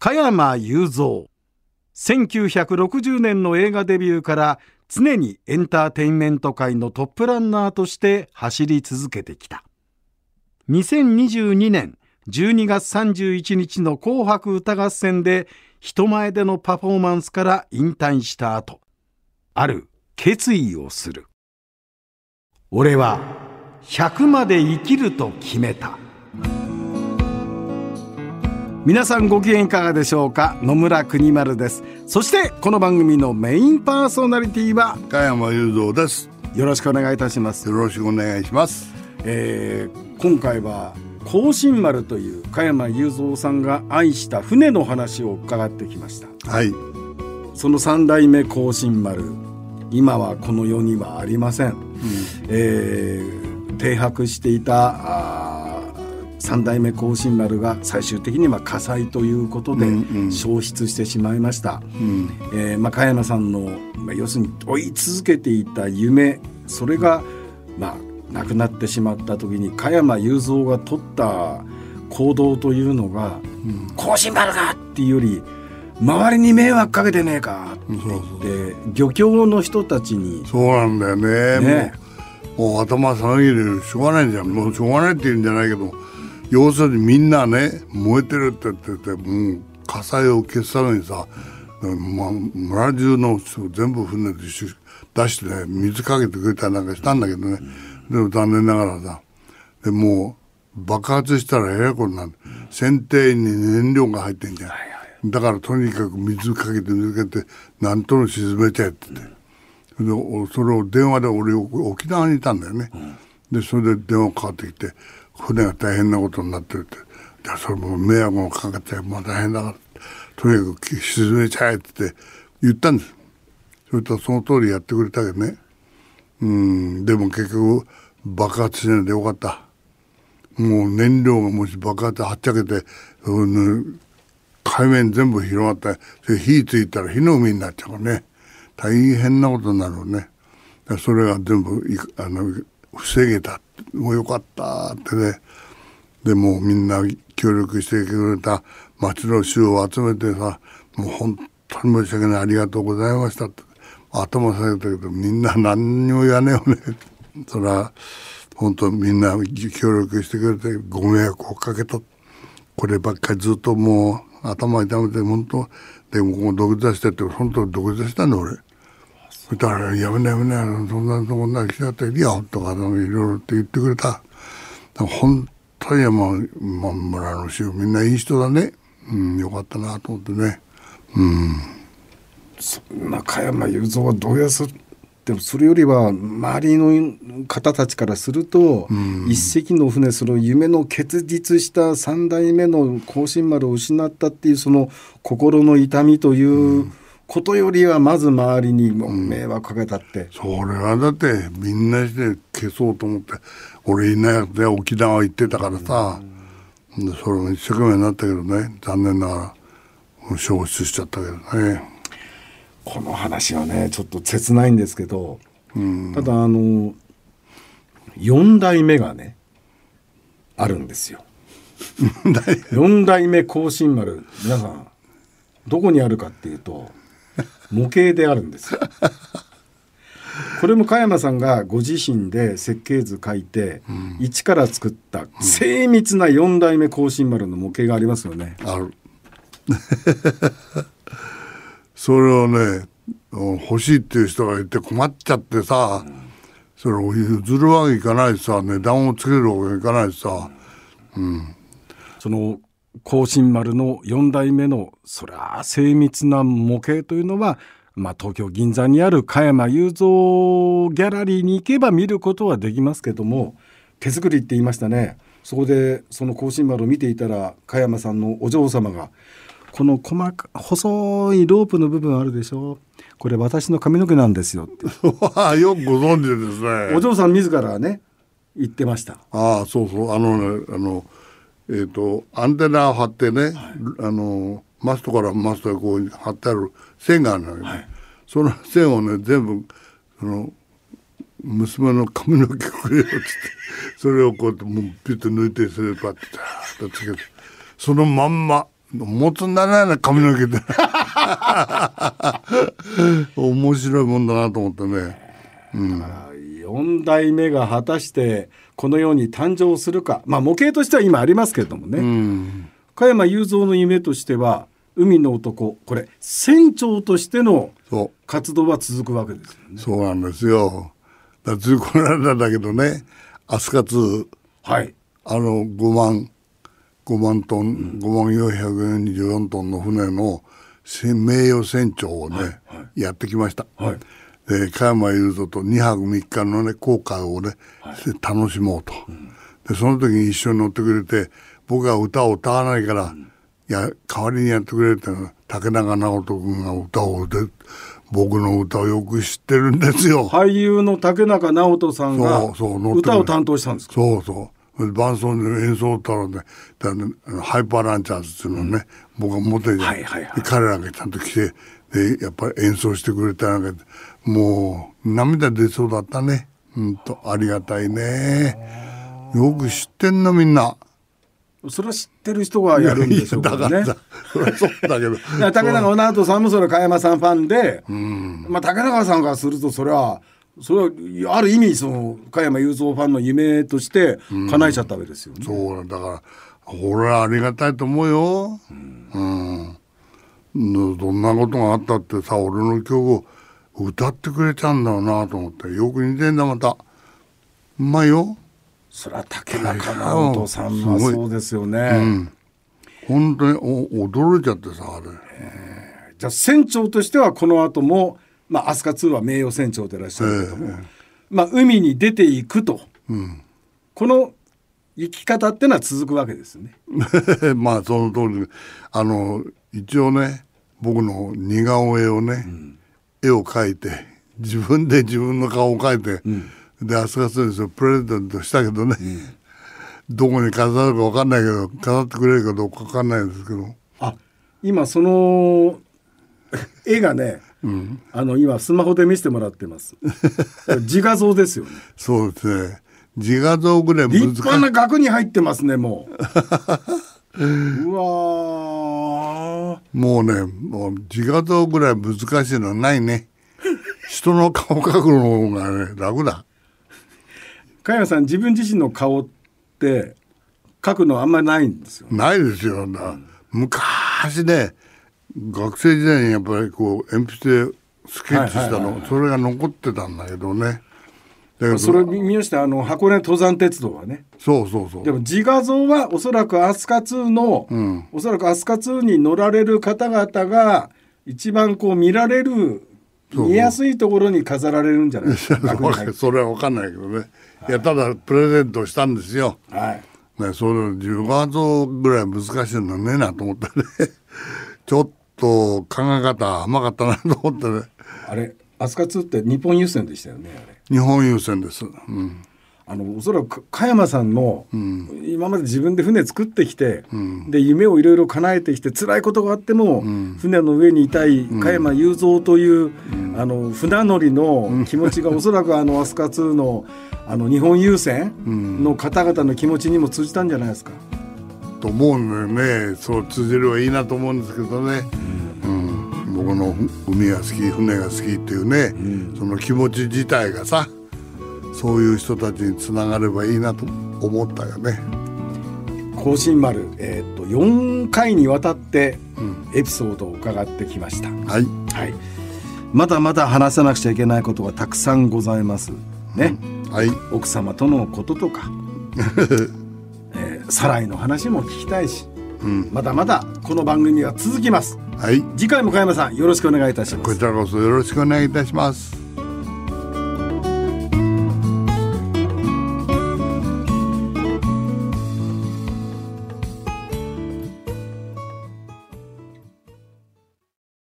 加山雄三。1960年の映画デビューから常にエンターテインメント界のトップランナーとして走り続けてきた。2022年12月31日の紅白歌合戦で人前でのパフォーマンスから引退した後、ある決意をする。俺は100まで生きると決めた。皆さんご機嫌いかがでしょうか。野村国丸です。そしてこの番組のメインパーソナリティは加山雄三です。 よろしくお願いいたします。 よろしくお願いします。 今回は光進丸という加山雄三さんが愛した船の話を伺ってきました。 はい。 その3代目光進丸、今はこの世にはありません。停泊していた3代目光進丸が最終的には火災ということで消失してしまいました。加山さんの、要するに追い続けていた夢、それが、なくなってしまった時に加山雄三が取った行動というのが、光進丸がっていうより周りに迷惑かけてねえかって言って漁協の人たちに。 そうなんだよ ね。もう頭下げるしょうがないじゃん。もうしょうがないって言うんじゃないけど、要するにみんなね燃えてるって言ってて、もう火災を消すためにさ、村中の人全部船で出してね、水かけてくれたりなんかしたんだけどね、でも残念ながらさ、でもう爆発したらえらいことになる。船底に燃料が入ってんじゃん、だからとにかく水かけて抜けてなんとも沈めちゃえって言って、でそれを電話で俺沖縄にいたんだよね、でそれで電話かかってきて、船が大変なことになってるって、じゃあそれも迷惑もかかっちゃう、もう大変だからとにかく沈めちゃえって言ったんです。それとその通りやってくれたけどね。でも結局爆発しないでよかった。もう燃料がもし爆発はっちゃけて、海面全部広がってそれ火ついたら火の海になっちゃうからね、大変なことになるね。それが全部防げた。もうよかったってね。でもうみんな協力してくれた町の衆を集めてさ、もう本当に申し訳ない、ありがとうございましたって頭下げたけど、みんな何にも言わねえよね。それは本当みんな協力してくれてご迷惑をかけた。こればっかりずっともう頭痛めて、本当でも土下座してって本当土下座したんだ俺。だからやめなそんな気だったらいいよとかいろいろって言ってくれた。本当に村の衆みんないい人だね。よかったなと思ってね。 そんな加山雄三はどうやすでもそれよりは周りの方たちからすると、一隻の船、その夢の結実した3代目の光進丸を失ったっていうその心の痛みということよりは、まず周りにも迷惑かけたって、 それはだってみんなして消そうと思って、俺いないで沖縄行ってたからさ、それも一生懸命になったけどね、残念ながら消失しちゃったけどね。 この話はねちょっと切ないんですけど、ただ4代目がねあるんですよ。4代目光進丸、皆さんどこにあるかっていうと模型であるんですよ。これも加山さんがご自身で設計図書いて、一から作った精密な4代目光進丸の模型がありますよね。 ある。それをね欲しいっていう人がいて困っちゃってさ、それを譲るわけいかないしさ、値段をつけるわけいかないしさ、 その光進丸の4代目のそりゃ精密な模型というのは、東京銀座にある加山雄三ギャラリーに行けば見ることはできますけども、手作りって言いましたね。そこでその光進丸を見ていたら、加山さんのお嬢様がこの細いロープの部分あるでしょ、これ私の髪の毛なんですよってよくご存知ですね。 お嬢さん自らね言ってました。 そうそう、アンテナを張ってね、マストからマストへこう張ってある線があるのよ、その線をね全部娘の髪の毛くれよってそれをこうやってもうピュッと抜いて、それでパッとつけて、そのまんま持つんだな髪の毛って面白いもんだなと思ってね、 だから4代目が果たしてこのように誕生するか、まあ模型としては今ありますけれどもね、加山雄三の夢としては海の男、これ船長としての活動は続くわけですよね。 そうなんですよ。だから通こられたんだけどね、アスカツ、 はい、 5万トン、5万444トンの船の名誉船長をね、はいはい、やってきました、はい、で加山雄三と2泊3日のね航海をね、はい、楽しもうと、でその時に一緒に乗ってくれて、僕は歌を歌わないから、いや代わりにやってくれって竹中直人君が歌を歌って、僕の歌をよく知ってるんですよ。 俳優の竹中直人さんが歌を担当したんですか。 そうそう、伴奏で演奏をたらね、ハイパーランチャーズっていうのをね、僕が持ってて、はいはいはい、で彼らがちゃんと来て、でやっぱり演奏してくれたなんか、もう涙出そうだったね。ありがたいね。よく知ってんのみんな。 それは知ってる人がやるんでしょうからね。 それはそうだけど竹中直人さんもそれ加山さんファンで、まあ、竹中さんからするとそれはある意味その加山雄三ファンの夢として叶えちゃったわけですよね。 そうだから俺はありがたいと思うよ、どんなことがあったってさ、俺の曲を歌ってくれちゃうんだろうなと思って、よく似てんだ。またうまいよ。 それは竹中直人さんはそうですよね、 本当に驚いちゃってさ、あれ、 じゃあ船長としてはこの後も、まあ、飛鳥2は名誉船長でいらっしゃるけども、まあ、海に出ていくと、この生き方ってのは続くわけですねまあその通りで、一応ね、僕の似顔絵をね、絵を描いて自分で自分の顔を描いて、で飛鳥2にプレゼントしたけどね、どこに飾るか分かんないけど、飾ってくれるかどうか分かんないんですけど、 今その絵がね、今スマホで見せてもらってます自画像ですよね。 そうですね、自画像ぐらい難しい。 立派な額に入ってますね、もううわもうね、もう自画像ぐらい難しいのはないね人の顔描くの方がね楽だ。 加山さん、自分自身の顔って描くのあんまりないんですよ。 ないですよ、昔ね、学生時代にやっぱりこう鉛筆でスケッチしたの、それが残ってたんだけどね。だけどそれ見まして、箱根登山鉄道はね、 そうそうそう。 でも自画像はおそらく飛鳥2の、おそらく飛鳥2に乗られる方々が一番こう見られる、見やすいところに飾られるんじゃないですか。 それは分かんないけどね、いやただプレゼントしたんですよ、ね、それ自画像ぐらい難しいのねえなと思ってねちょっと考え方甘かったなと思ってね。 あれ飛鳥2って日本郵船でしたよね。あれ日本郵船です、 おそらく加山さんも、今まで自分で船作ってきて、で夢をいろいろ叶えてきて、辛いことがあっても、船の上にいたい加山雄三という、船乗りの気持ちがおそらく飛鳥2の、日本郵船の方々の気持ちにも通じたんじゃないですか、 と思うんだよね。そう通じればいいなと思うんですけどね、僕の海が好き、船が好きっていうね、その気持ち自体がさ、そういう人たちにつながればいいなと思ったよね。 甲信丸、4回にわたってエピソードを伺ってきました、まだまだ話さなくちゃいけないことがたくさんございますね、奥様とのこととかサライの話も聞きたいし、まだまだこの番組は続きます、次回も加山さんよろしくお願いいたします。 こちらこそよろしくお願いいたします。